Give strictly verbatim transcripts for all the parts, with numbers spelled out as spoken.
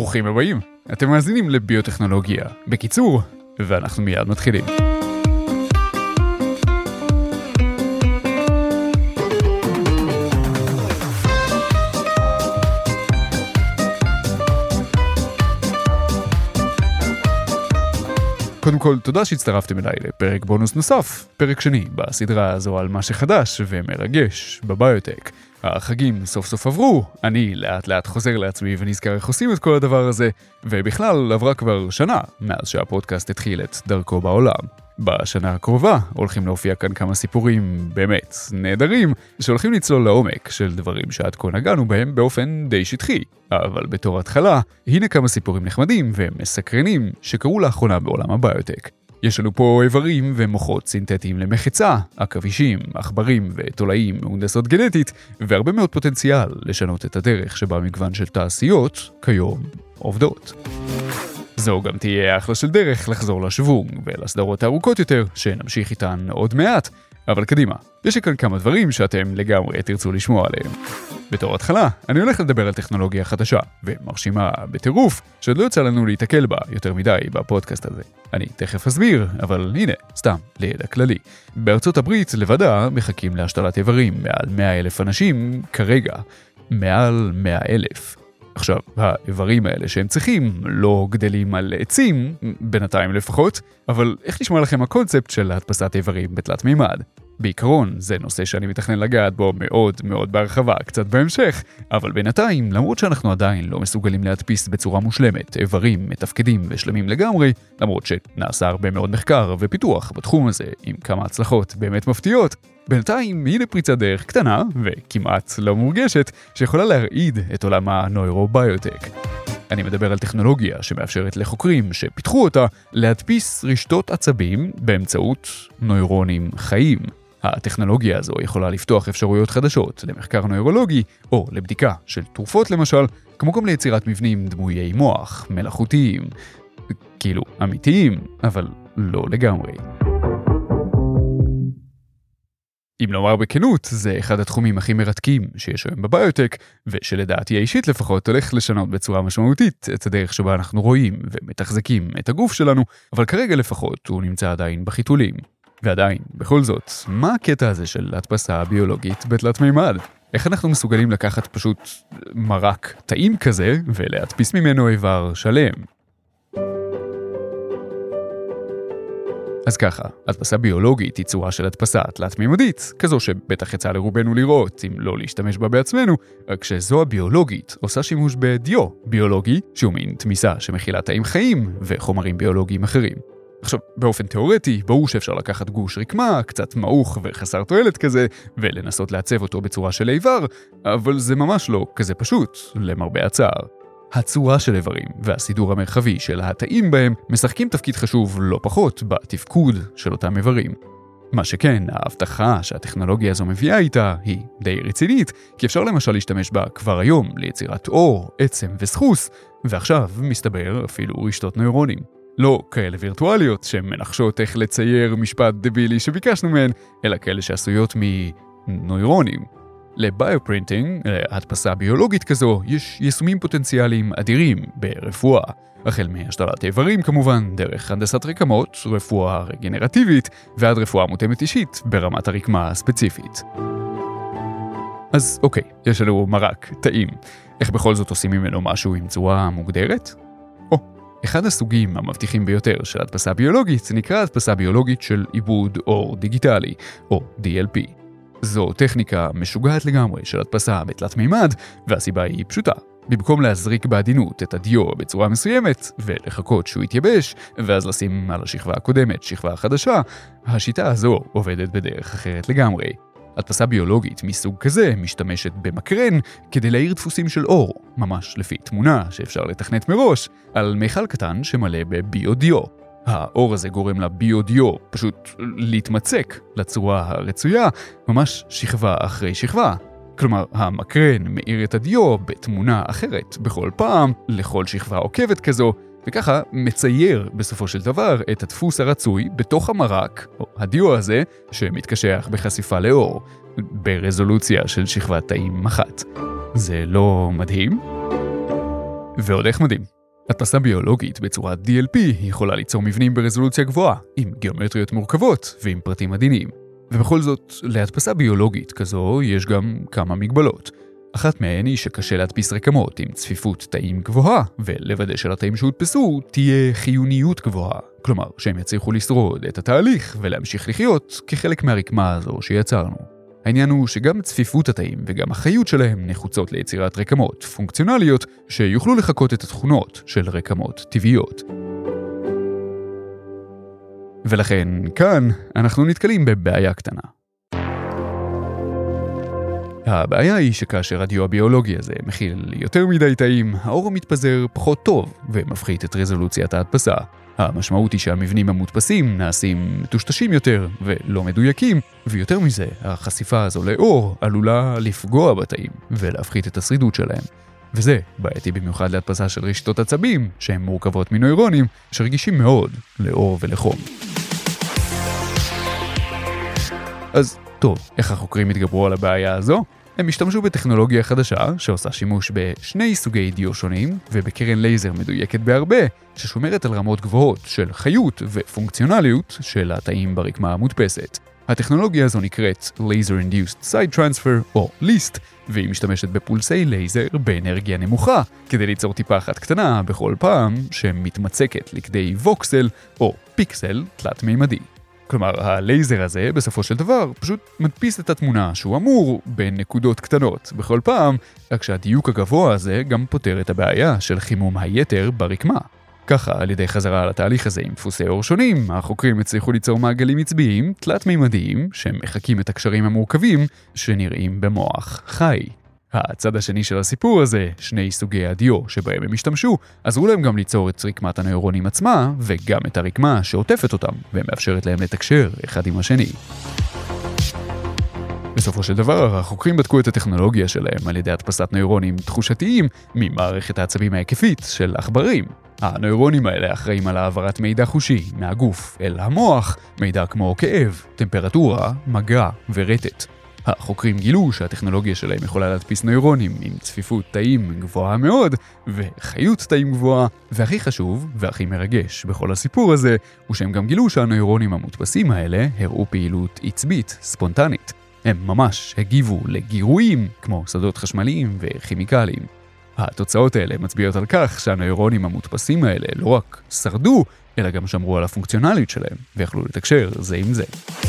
ברוכים הבאים. אתם מאזינים לביוטכנולוגיה. בקיצור, ואנחנו מיד מתחילים. קודם כל, תודה שהצטרפתם אליי לפרק בונוס נוסף, פרק שני בסדרה הזו על מה שחדש ומרגש בביוטק. החגים סוף סוף עברו, אני לאט לאט חוזר לעצמי ונזכר איך עושים את כל הדבר הזה, ובכלל עברה כבר שנה מאז שהפודקאסט התחיל את דרכו בעולם. בשנה הקרובה הולכים להופיע כאן כמה סיפורים באמת נהדרים, שהולכים לצלול לעומק של דברים שעד כה נגענו בהם באופן די שטחי. אבל בתור התחלה, הנה כמה סיפורים נחמדים ומסקרנים שקרו לאחרונה בעולם הביוטק. יש לנו פה איברים ומוחות סינתטיים למחצה, עכבישים, עכברים ותולעים מהונדסות גנטית, והרבה מאוד פוטנציאל לשנות את הדרך שבה מגוון של תעשיות כיום עובדות. זו גם תהיה אחלה של דרך לחזור לשוונג ולסדרות הארוכות יותר, שנמשיך איתן עוד מעט, אבל קדימה, יש לי כאן כמה דברים שאתם לגמרי תרצו לשמוע עליהם. בתור התחלה, אני הולך לדבר על טכנולוגיה חדשה, ומרשימה בטירוף, שעוד לא יוצא לנו להתקל בה יותר מדי בפודקאסט הזה. אני תכף אסביר, אבל הנה, סתם, לידע כללי. בארצות הברית לבדה מחכים להשתלת איברים מעל מאה אלף אנשים כרגע. מעל מאה אלף. עכשיו, האיברים האלה שהם צריכים לא גדלים על עצים, בינתיים לפחות, אבל איך נשמע לכם הקונספט של הדפסת איברים בתלת מימד? בעיקרון, זה נושא שאני מתכנן לגעת בו מאוד מאוד בהרחבה, קצת בהמשך, אבל בינתיים, למרות שאנחנו עדיין לא מסוגלים להדפיס בצורה מושלמת איברים, מתפקדים ושלמים לגמרי, למרות שנעשה הרבה מאוד מחקר ופיתוח בתחום הזה, עם כמה הצלחות באמת מפתיעות, בינתיים הנה פריצת דרך קטנה וכמעט לא מורגשת שיכולה להרעיד את עולם הנוירוביוטק. אני מדבר על טכנולוגיה שמאפשרת לחוקרים שפיתחו אותה להדפיס רשתות עצבים באמצעות נוירונים חיים. הטכנולוגיה הזו יכולה לפתוח אפשרויות חדשות למחקר נוירולוגי או לבדיקה של תרופות למשל, כמו גם ליצירת מבנים דמויי מוח, מלאכותיים, כאילו אמיתיים, אבל לא לגמרי. אם לומר בכנות, זה אחד התחומים הכי מרתקים שיש היום בביוטק, ושלדעתי האישית לפחות הולך לשנות בצורה משמעותית את הדרך שבה אנחנו רואים ומתחזקים את הגוף שלנו, אבל כרגע לפחות הוא נמצא עדיין בחיתולים. ועדיין, בכל זאת, מה הקטע הזה של הדפסה ביולוגית בתלת מימד? איך אנחנו מסוגלים לקחת פשוט מרק טעים כזה ולהדפיס ממנו איבר שלם? אז ככה, הדפסה ביולוגית היא צורה של הדפסה תלת-מימדית, כזו שבטח יצא לרובנו לראות, אם לא להשתמש בה בעצמנו, רק שזו הביולוגית עושה שימוש בדיו ביולוגי, שהוא מין תמיסה שמכילה תאים חיים וחומרים ביולוגיים אחרים. עכשיו, באופן תיאורטי, ברור שאפשר לקחת גוש רקמה, קצת מעוך וחסר תועלת כזה, ולנסות לעצב אותו בצורה של איבר, אבל זה ממש לא כזה פשוט, למרבה הצער. הצורה של איברים והסידור המרחבי של התאים בהם משחקים תפקיד חשוב לא פחות בתפקוד של אותם איברים. מה שכן, ההבטחה שהטכנולוגיה הזו מביאה איתה היא די רצינית, כי אפשר למשל להשתמש בה כבר היום ליצירת אור, עצם וסחוס, ועכשיו מסתבר אפילו רשתות נוירונים. לא כאלה וירטואליות שמנחשות איך לצייר משפט דבילי שביקשנו מהן, אלא כאלה שעשויות מנוירונים. לביופרינטינג, להדפסה ביולוגית כזו, יש יישומים פוטנציאליים אדירים ברפואה. החל מהשתלת איברים כמובן, דרך הנדסת רקמות, רפואה רגנרטיבית, ועד רפואה מותאמת אישית ברמת הרקמה הספציפית. אז אוקיי, יש לנו מרק, טעים. איך בכל זאת עושים ממנו משהו עם צורה מוגדרת? או, אחד הסוגים המבטיחים ביותר של הדפסה ביולוגית נקרא הדפסה ביולוגית של עיבוד אור דיגיטלי, או די אל פי. זו טכניקה משוגעת לגמרי של הדפסה בתלת מימד, והסיבה היא פשוטה. במקום להזריק בעדינות את הדיו בצורה מסוימת, ולחכות שהוא יתייבש, ואז לשים על השכבה הקודמת שכבה חדשה, השיטה הזו עובדת בדרך אחרת לגמרי. הדפסה ביולוגית מסוג כזה משתמשת במקרן כדי להאיר דפוסים של אור, ממש לפי תמונה שאפשר לתכנת מראש, על מיכל קטן שמלא בביודיו. האור הזה גורם לביודיו פשוט להתמצק לצורה הרצויה, ממש שכבה אחרי שכבה. כלומר, המקרן מאיר את הדיו בתמונה אחרת בכל פעם, לכל שכבה עוקבת כזו, וככה מצייר בסופו של דבר את הדפוס הרצוי בתוך המרק, או הדיו הזה, שמתקשח בחשיפה לאור, ברזולוציה של שכבת תאים אחת. זה לא מדהים? ועוד איך מדהים. הדפסה ביולוגית בצורת די אל פי יכולה ליצור מבנים ברזולוציה גבוהה, עם גיאומטריות מורכבות ועם פרטים עדינים. ובכל זאת, להדפסה ביולוגית כזו יש גם כמה מגבלות. אחת מהן היא שקשה להדפיס רקמות עם צפיפות תאים גבוהה, ולוודא של התאים שהודפסו תהיה חיוניות גבוהה. כלומר, שהם יצליחו לשרוד את התהליך ולהמשיך לחיות כחלק מהרקמה הזו שיצרנו. העניין הוא שגם צפיפות התאים וגם החיות שלהם נחוצות ליצירת רקמות פונקציונליות שיוכלו לחקות את התכונות של רקמות טבעיות. ולכן כאן אנחנו נתקלים בבעיה קטנה. הבעיה היא שכאשר הדיו הביולוגי הזה מכיל יותר מדי תאים, האור מתפזר פחות טוב ומפחית את רזולוציית ההדפסה. המשמעות היא שהמבנים המודפסים נעשים מטושטשים יותר ולא מדויקים, ויותר מזה, החשיפה הזו לאור עלולה לפגוע בתאים ולהפחית את השרידות שלהם. וזה בעייתי במיוחד להדפסה של רשתות עצבים, שהן מורכבות מנוירונים שרגישים מאוד לאור ולחום. אז טוב, איך החוקרים התגברו על הבעיה הזו? הם השתמשו בטכנולוגיה חדשה שעושה שימוש בשני סוגי דיו שונים ובקרן לייזר מדויקת בהרבה ששומרת על רמות גבוהות של חיות ופונקציונליות של התאים ברקמה המודפסת. הטכנולוגיה הזו נקראת Laser Induced Side Transfer או ליסט, והיא משתמשת בפולסי לייזר באנרגיה נמוכה כדי ליצור טיפה אחת קטנה בכל פעם שמתמצקת לכדי ווקסל או פיקסל תלת-מימדי. כלומר, הלייזר הזה בסופו של דבר פשוט מדפיס את התמונה שהוא אמור בנקודות קטנות בכל פעם, רק שהדיוק הגבוה הזה גם פותר את הבעיה של חימום היתר ברקמה. ככה, על ידי חזרה על התהליך הזה עם דפוסי אור שונים, החוקרים הצליחו ליצור מעגלים עצביים תלת-מימדיים שמחקים את הקשרים המורכבים שנראים במוח חי. הצד השני של הסיפור הזה, שני סוגי הדיו שבהם הם השתמשו, עזרו להם גם ליצור את רקמת הנוירונים עצמה, וגם את הרקמה שעוטפת אותם, ומאפשרת להם לתקשר אחד עם השני. בסופו של דבר, החוקרים בדקו את הטכנולוגיה שלהם על ידי הדפסת נוירונים תחושתיים ממערכת העצבים ההיקפית של עכברים. הנוירונים האלה אחראים על העברת מידע חושי מהגוף אל המוח, מידע כמו כאב, טמפרטורה, מגע ורטט. החוקרים גילו שהטכנולוגיה שלהם יכולה להדפיס נוירונים עם צפיפות תאים גבוהה מאוד וחיות תאים גבוהה, והכי חשוב והכי מרגש בכל הסיפור הזה הוא שהם גם גילו שהנוירונים המודפסים האלה הראו פעילות עצבית ספונטנית. הם ממש הגיבו לגירויים כמו שדות חשמליים וכימיקליים. התוצאות האלה מצביעות על כך שהנוירונים המודפסים האלה לא רק שרדו, אלא גם שמרו על הפונקציונליות שלהם ויכלו לתקשר זה עם זה.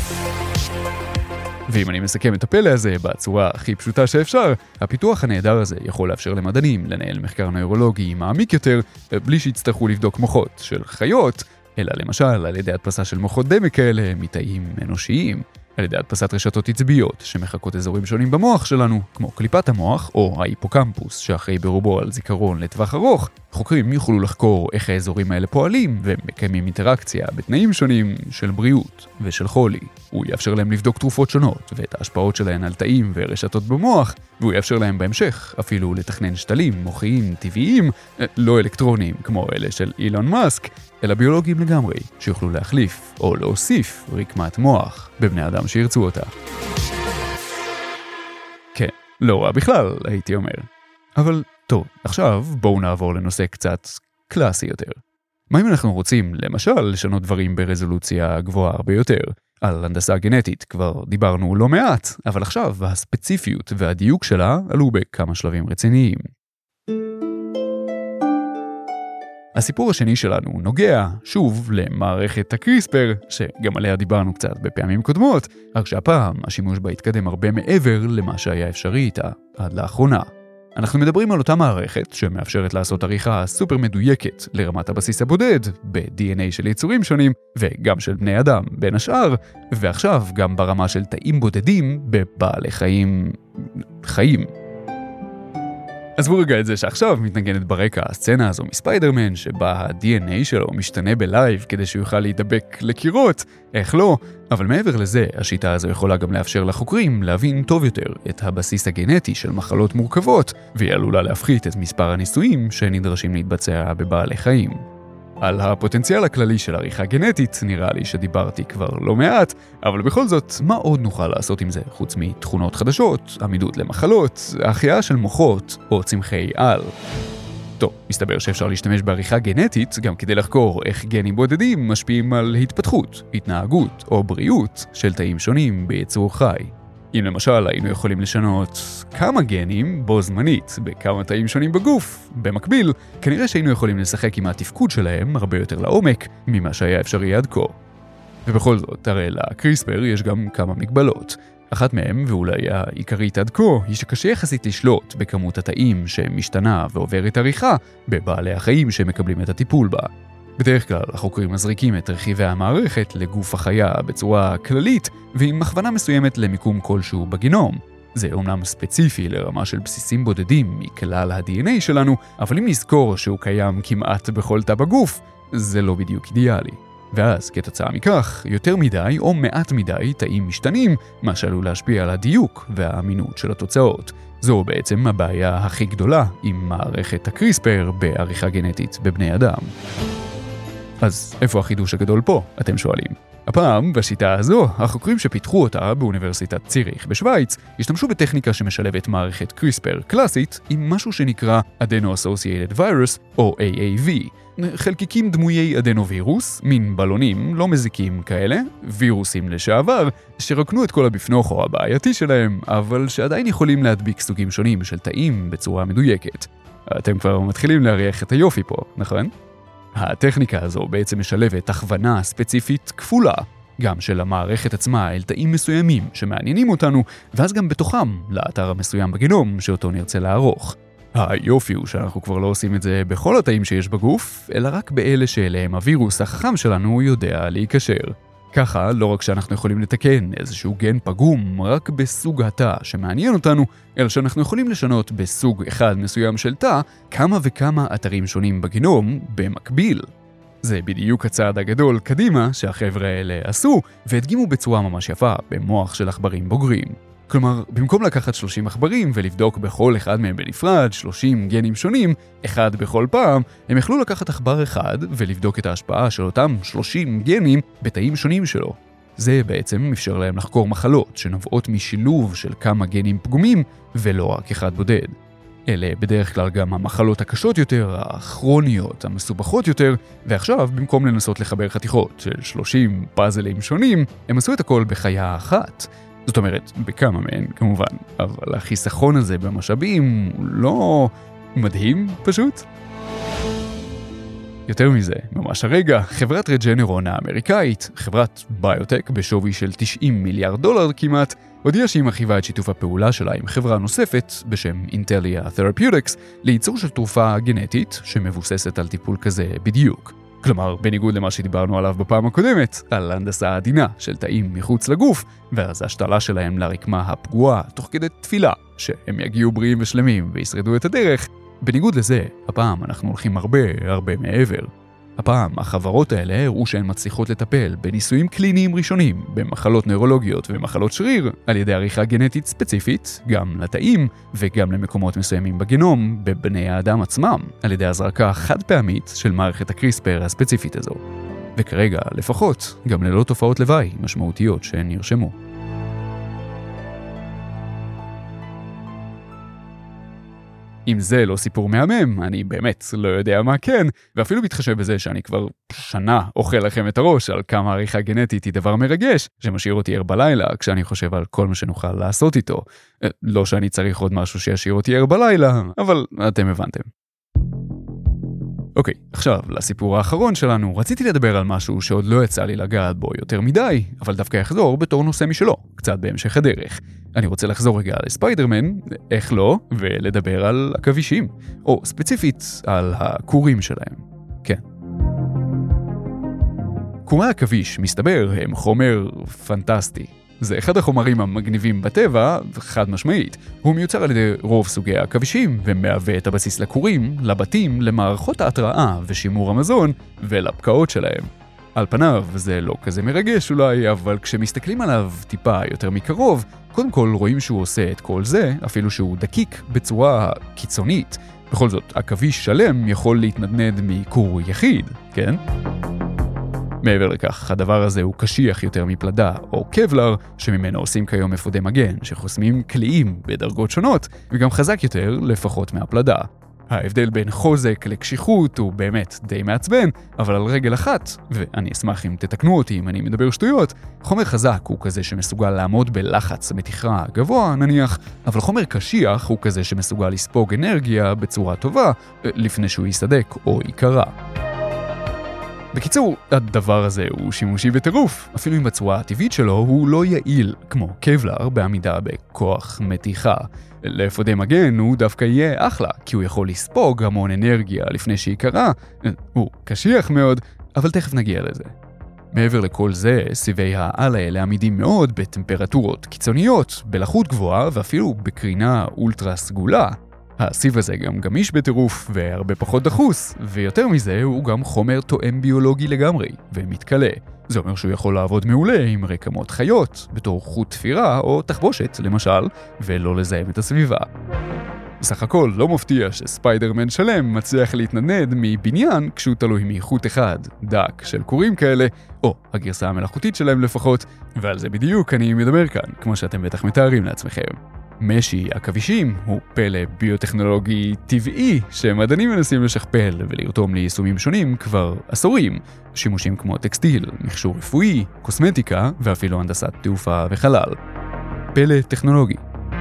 ואם אני מסכם את הפלא הזה בצורה הכי פשוטה שאפשר, הפיתוח הנהדר הזה יכול לאפשר למדענים לנהל מחקר נוירולוגי מעמיק יותר, בלי שיצטרכו לבדוק מוחות של חיות, אלא למשל על ידי הדפסה של מוחות דמה כאלה מתאים אנושיים, על ידי הדפסת רשתות עצביות שמחקות אזורים שונים במוח שלנו, כמו קליפת המוח או ההיפוקמפוס שאחראי ברובו על זיכרון לטווח ארוך. חוקרים יוכלו לחקור איך האזורים האלה פועלים ומקיימים אינטראקציה בתנאים שונים של בריאות ושל חולי. הוא יאפשר להם לבדוק תרופות שונות ואת ההשפעות שלהן על תאים ורשתות במוח, והוא יאפשר להם בהמשך אפילו לתכנן שתלים מוחיים טבעיים, לא אלקטרוניים כמו אלה של אילון מאסק, אלא ביולוגיים לגמרי, שיוכלו להחליף או להוסיף רקמת מוח בבני אדם שירצו אותה. כן, לא רע בכלל, הייתי אומר. אבל טוב, עכשיו בואו נעבור לנושא קצת קלאסי יותר. מה אם אנחנו רוצים, למשל, לשנות דברים ברזולוציה גבוהה הרבה יותר? על הנדסה גנטית כבר דיברנו לא מעט, אבל עכשיו הספציפיות והדיוק שלה עלו בכמה שלבים רציניים. הסיפור השני שלנו נוגע, שוב, למערכת הקריספר, שגם עליה דיברנו קצת בפעמים קודמות, רק שהפעם השימוש בה התקדם הרבה מעבר למה שהיה אפשרי איתה עד לאחרונה. אנחנו מדברים על אותה מערכת שמאפשרת לעשות עריכה סופר מדויקת לרמת הבסיס הבודד ב-די אן איי של יצורים שונים וגם של בני אדם בין השאר, ועכשיו גם ברמה של תאים בודדים בבעלי חיים חיים. עזבו רגע את זה שעכשיו מתנגנת ברקע הסצנה הזו מספיידרמן שבה ה-די אן איי שלו משתנה בלייב כדי שהוא יוכל להידבק לקירות, איך לא? אבל מעבר לזה, השיטה הזו יכולה גם לאפשר לחוקרים להבין טוב יותר את הבסיס הגנטי של מחלות מורכבות, והיא עלולה להפחית את מספר הניסויים שנדרשים להתבצע בבעלי חיים. על הפוטנציאל הכללי של עריכה גנטית נראה לי שדיברתי כבר לא מעט, אבל בכל זאת, מה עוד נוכל לעשות עם זה חוץ מתכונות חדשות, עמידות למחלות, החייאה של מוחות או צמחי על? טוב, מסתבר שאפשר להשתמש בעריכה גנטית גם כדי לחקור איך גנים בודדים משפיעים על התפתחות, התנהגות או בריאות של תאים שונים ביצור חי. אם למשל היינו יכולים לשנות כמה גנים בו זמנית בכמה תאים שונים בגוף, במקביל, כנראה שהיינו יכולים לשחק עם התפקוד שלהם הרבה יותר לעומק ממה שהיה אפשרי עד כה. ובכל זאת, הרי לקריספר יש גם כמה מגבלות. אחת מהם, ואולי העיקרית עד כה, היא שקשה יחסית לשלוט בכמות התאים שמשתנה ועוברת עריכה בבעלי החיים שמקבלים את הטיפול בה. בדרך כלל, החוקרים מזריקים את רכיבי המערכת לגוף החיה בצורה כללית, ועם הכוונה מסוימת למיקום כלשהו בגנום. זה אומנם ספציפי לרמה של בסיסים בודדים מכלל ה-די אן איי שלנו, אבל אם נזכור שהוא קיים כמעט בכל תא בגוף, זה לא בדיוק אידיאלי. ואז, כתוצאה מכך, יותר מדי או מעט מדי תאים משתנים, מה שעלול להשפיע על הדיוק והאמינות של התוצאות. זו בעצם הבעיה הכי גדולה עם מערכת הקריספר בעריכה גנטית בבני אדם. אז איפה החידוש הגדול פה, אתם שואלים? הפעם, בשיטה הזו, החוקרים שפיתחו אותה באוניברסיטת ציריך בשוויץ, השתמשו בטכניקה שמשלבת מערכת קריספר קלאסית עם משהו שנקרא Adeno-Associated Virus או איי איי וי. חלקיקים דמויי אדנווירוס, מין בלונים לא מזיקים כאלה, וירוסים לשעבר, שרקנו את כל הבפנוכו הבעייתי שלהם, אבל שעדיין יכולים להדביק סוגים שונים של תאים בצורה מדויקת. אתם כבר מתחילים להריח את היופי פה, נכון? הטכניקה הזו בעצם משלבת הכוונה ספציפית כפולה, גם של המערכת עצמה אל תאים מסוימים שמעניינים אותנו, ואז גם בתוכם לאתר המסוים בגנום שאותו נרצה לערוך. היופי הוא שאנחנו כבר לא עושים את זה בכל התאים שיש בגוף, אלא רק באלה שאליהם הווירוס החכם שלנו יודע להיקשר. ככה, לא רק שאנחנו יכולים לתקן איזשהו גן פגום רק בסוג התא שמעניין אותנו, אלא שאנחנו יכולים לשנות בסוג אחד מסוים של תא כמה וכמה אתרים שונים בגנום במקביל. זה בדיוק הצעד הגדול קדימה שהחבר'ה האלה עשו, והדגימו בצורה ממש יפה במוח של עכברים בוגרים. כלומר, במקום לקחת שלושים עכברים ולבדוק בכל אחד מהם בנפרד שלושים גנים שונים, אחד בכל פעם, הם יכלו לקחת עכבר אחד ולבדוק את ההשפעה של אותם שלושים גנים בתאים שונים שלו. זה בעצם אפשר להם לחקור מחלות שנובעות משילוב של כמה גנים פגומים ולא רק אחד בודד. אלה בדרך כלל גם המחלות הקשות יותר, הכרוניות, המסובכות יותר, ועכשיו במקום לנסות לחבר חתיכות של שלושים פאזלים שונים, הם עשו את הכל בחיה אחת. זאת אומרת, בכמה מהן, כמובן, אבל החיסכון הזה במשאבים הוא לא מדהים, פשוט. יותר מזה, ממש הרגע, חברת רג'נרון האמריקאית, חברת ביוטק בשווי של תשעים מיליארד דולר כמעט, הודיעה שהיא מרחיבה את שיתוף הפעולה שלה עם חברה נוספת בשם אינטליה תרפיוטיקס לייצור של תרופה גנטית שמבוססת על טיפול כזה בדיוק. כלומר, בניגוד למה שדיברנו עליו בפעם הקודמת, על הנדסה עדינה של תאים מחוץ לגוף, ואז ההשתלה שלהם לרקמה הפגועה תוך כדי תפילה, שהם יגיעו בריאים ושלמים וישרדו את הדרך, בניגוד לזה, הפעם אנחנו הולכים הרבה הרבה מעבר. הפעם החברות האלה הראו שהן מצליחות לטפל בניסויים קליניים ראשונים, במחלות נוירולוגיות ומחלות שריר, על ידי עריכה גנטית ספציפית, גם לתאים וגם למקומות מסוימים בגנום, בבני האדם עצמם, על ידי הזרקה חד פעמית של מערכת הקריספר הספציפית הזו. וכרגע, לפחות, גם ללא תופעות לוואי משמעותיות שהן נרשמו. אם זה לא סיפור מהמם, אני באמת לא יודע מה כן, ואפילו מתחשב בזה שאני כבר שנה אוכל לכם את הראש על כמה עריכה גנטית היא דבר מרגש, שמשאיר אותי ער בלילה כשאני חושב על כל מה שנוכל לעשות איתו. לא שאני צריך עוד משהו שישאיר אותי ער בלילה, אבל אתם הבנתם. אוקיי, עכשיו לסיפור האחרון שלנו, רציתי לדבר על משהו שעוד לא יצא לי לגעת בו יותר מדי, אבל דווקא יחזור בתור נושא משלו, קצת בהמשך הדרך. אני רוצה לחזור רגע לספיידרמן, איך לא, ולדבר על עכבישים, או ספציפית על הקורים שלהם. כן. קורי עכביש, מסתבר, הם חומר פנטסטי. זה אחד החומרים המגניבים בטבע, חד משמעית. הוא מיוצר על ידי רוב סוגי העכבישים, ומהווה את הבסיס לקורים, לבתים, למערכות ההתראה ושימור המזון, ולבקעות שלהם. על פניו זה לא כזה מרגש אולי, אבל כשמסתכלים עליו טיפה יותר מקרוב, קודם כל רואים שהוא עושה את כל זה, אפילו שהוא דקיק בצורה קיצונית. בכל זאת, עכביש שלם יכול להתנדנד מקור יחיד, כן? מעבר לכך, הדבר הזה הוא קשיח יותר מפלדה או קבלר, שממנו עושים כיום אפודי מגן, שחוסמים קליעים בדרגות שונות, וגם חזק יותר לפחות מהפלדה. ההבדל בין חוזק לקשיחות הוא באמת די מעצבן, אבל על רגל אחת, ואני אשמח אם תתקנו אותי אם אני מדבר שטויות, חומר חזק הוא כזה שמסוגל לעמוד בלחץ מתיחה גבוה נניח, אבל חומר קשיח הוא כזה שמסוגל לספוג אנרגיה בצורה טובה לפני שהוא ייסדק או ייקרע. בקיצור, הדבר הזה הוא שימושי בטירוף, אפילו אם בצורה הטבעית שלו הוא לא יעיל, כמו קבלר בעמידה בכוח מתיחה. לאפודי מגן הוא דווקא יהיה אחלה, כי הוא יכול לספוג המון אנרגיה לפני שיקרה, הוא קשיח מאוד, אבל תכף נגיע לזה. מעבר לכל זה, סיבי העל האלה עמידים מאוד בטמפרטורות קיצוניות, בלחות גבוהה ואפילו בקרינה אולטרה סגולה. הסיב הזה גם גמיש בטירוף והרבה פחות דחוס, ויותר מזה הוא גם חומר תואם ביולוגי לגמרי, ומתקלה. זה אומר שהוא יכול לעבוד מעולה עם רקמות חיות, בתור חוט תפירה או תחבושת למשל, ולא לזהם את הסביבה. בסך הכל לא מפתיע שספיידרמן שלם מצליח להתנדנד מבניין כשהוא תלוי מחוט אחד, דק של קורים כאלה, או הגרסה המלאכותית שלהם לפחות, ועל זה בדיוק אני מדבר כאן, כמו שאתם בטח מתארים לעצמכם. משי הכבישים הוא פלא ביוטכנולוגי טבעי שמדענים מנסים לשכפל ולרתום ליישומים שונים כבר עשורים, שימושים כמו טקסטיל, מכשור רפואי, קוסמטיקה ואפילו הנדסת תעופה וחלל. פלא טכנולוגי.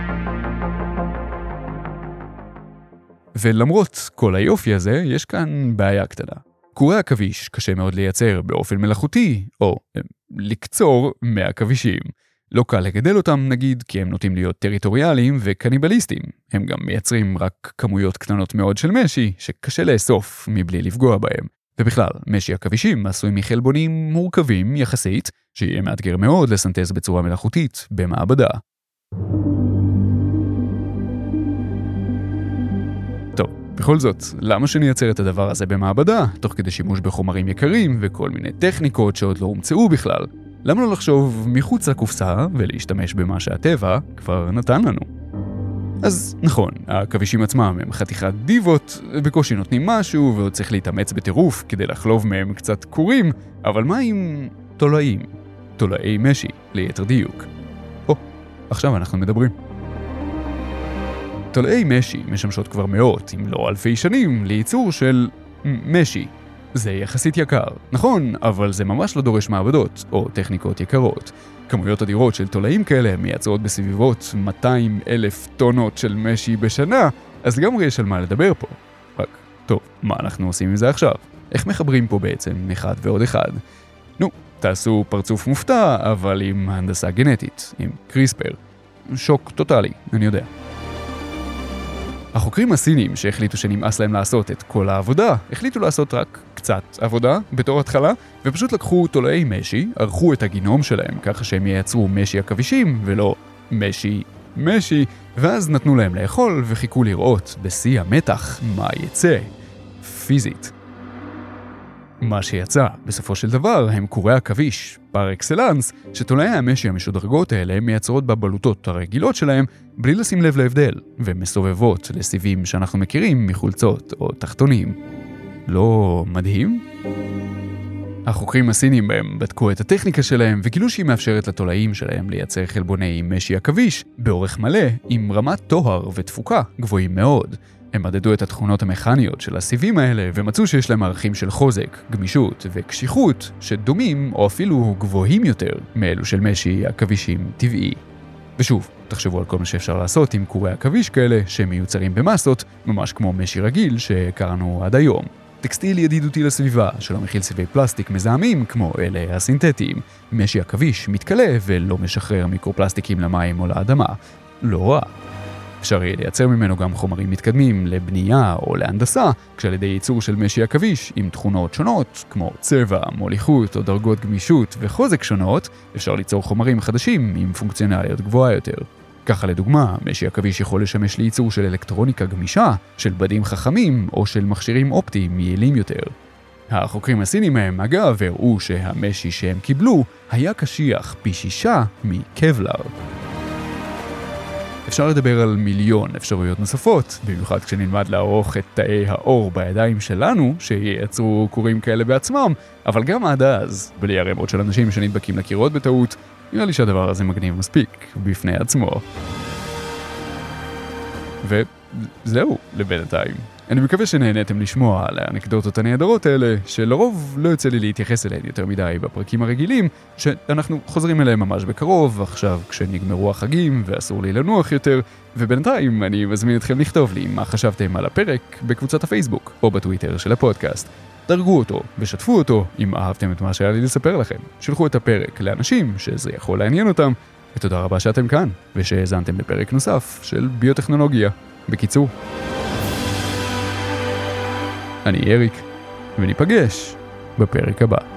ולמרות כל היופי הזה, יש כאן בעיה קטנה. קורי הכביש קשה מאוד לייצר באופן מלאכותי, או לקצור מהכבישים. לא קל לגדל אותם, נגיד, כי הם נוטים להיות טריטוריאליים וקניבליסטים. הם גם מייצרים רק כמויות קטנות מאוד של משי, שקשה לאסוף מבלי לפגוע בהם. ובכלל, משי הכבישים עשוי מחלבונים מורכבים יחסית, שיהיה מאתגר מאוד לסנטז בצורה מלאכותית במעבדה. טוב, בכל זאת, למה שנייצר את הדבר הזה במעבדה, תוך כדי שימוש בחומרים יקרים וכל מיני טכניקות שעוד לא הומצאו בכלל? למה לא לחשוב מחוץ לקופסה ולהשתמש במה שהטבע כבר נתן לנו? אז נכון, הכבישים עצמם הם חתיכת דיבות, בקושי נותנים משהו ועוד צריך להתאמץ בטירוף כדי לחלוב מהם קצת קורים, אבל מה עם תולעים? תולעי משי, ליתר דיוק. או, עכשיו אנחנו מדברים. תולעי משי משמשות כבר מאות, אם לא אלפי שנים, לייצור של משי. זה יחסית יקר, נכון, אבל זה ממש לא דורש מעבדות או טכניקות יקרות. כמויות אדירות של תולעים כאלה מייצרות בסביבות מאתיים אלף טונות של משי בשנה, אז לגמרי יש על מה לדבר פה. רק, טוב, מה אנחנו עושים עם זה עכשיו? איך מחברים פה בעצם אחד ועוד אחד? נו, תעשו פרצוף מופתע, אבל עם הנדסה גנטית, עם קריספר. שוק טוטלי, אני יודע. החוקרים הסינים שהחליטו שנמאס להם לעשות את כל העבודה, החליטו לעשות רק קצת עבודה בתור התחלה, ופשוט לקחו תולעי משי, ערכו את הגינום שלהם ככה שהם ייצרו משי הכבישים ולא משי משי, ואז נתנו להם לאכול וחיכו לראות בשיא המתח מה יצא, פיזית. מה שיצא בסופו של דבר הם קורי הכביש, פר אקסלנס, שתולעי המשי המשודרגות האלה מייצרות בבלוטות הרגילות שלהם בלי לשים לב להבדל, ומסובבות לסיבים שאנחנו מכירים מחולצות או תחתונים. לא מדהים? החוקרים הסינים בהם בדקו את הטכניקה שלהם וגילו שהיא מאפשרת לתולעים שלהם לייצר חלבוני משי הכביש באורך מלא עם רמת טוהר ותפוקה גבוהים מאוד. הם מדדו את התכונות המכניות של הסיבים האלה ומצאו שיש להם ערכים של חוזק, גמישות וקשיחות שדומים או אפילו גבוהים יותר מאלו של משי הכבישים טבעי. ושוב, תחשבו על כל מה שאפשר לעשות עם קורי הכביש כאלה שמיוצרים במסות, ממש כמו משי רגיל שהכרנו עד היום. טקסטיל ידידותי לסביבה שלא מכיל סיבי פלסטיק מזהמים כמו אלה הסינתטיים. משי הכביש מתקלה ולא משחרר מיקרופלסטיקים למים או לאדמה. לא רע. אפשר יהיה לייצר ממנו גם חומרים מתקדמים לבנייה או להנדסה, כשעל ידי ייצור של משי הכביש עם תכונות שונות, כמו צבע, מוליכות או דרגות גמישות וחוזק שונות, אפשר ליצור חומרים חדשים עם פונקציונליות גבוהה יותר. ככה לדוגמה, משי הכביש יכול לשמש לייצור של אלקטרוניקה גמישה, של בדים חכמים או של מכשירים אופטיים יעילים יותר. החוקרים הסינים מהם אגב הראו שהמשי שהם קיבלו היה קשיח פי שישה מקבלר. אפשר לדבר על מיליון אפשרויות נוספות, במיוחד כשנלמד לערוך את תאי האור בידיים שלנו, שייצרו קורים כאלה בעצמם, אבל גם עד אז, בלי הרמות של אנשים שנדבקים לקירות בטעות, נראה לי שהדבר הזה מגניב מספיק בפני עצמו. ו... זהו לבינתיים. אני מקווה שנהניתם לשמוע על האנקדוטות הנהדרות האלה, שלרוב לא יוצא לי להתייחס אליהן יותר מדי בפרקים הרגילים, שאנחנו חוזרים אליהם ממש בקרוב, עכשיו כשנגמרו החגים ואסור לי לנוח יותר, ובינתיים אני מזמין אתכם לכתוב לי מה חשבתם על הפרק בקבוצת הפייסבוק או בטוויטר של הפודקאסט. דרגו אותו ושתפו אותו אם אהבתם את מה שהיה לי לספר לכם. שלחו את הפרק לאנשים שזה יכול לעניין אותם, ותודה רבה שאתם כאן ושהאזנתם לפרק נוסף של ביוטכנולוגיה. בקיצור, אני אריק, וניפגש בפרק הבא.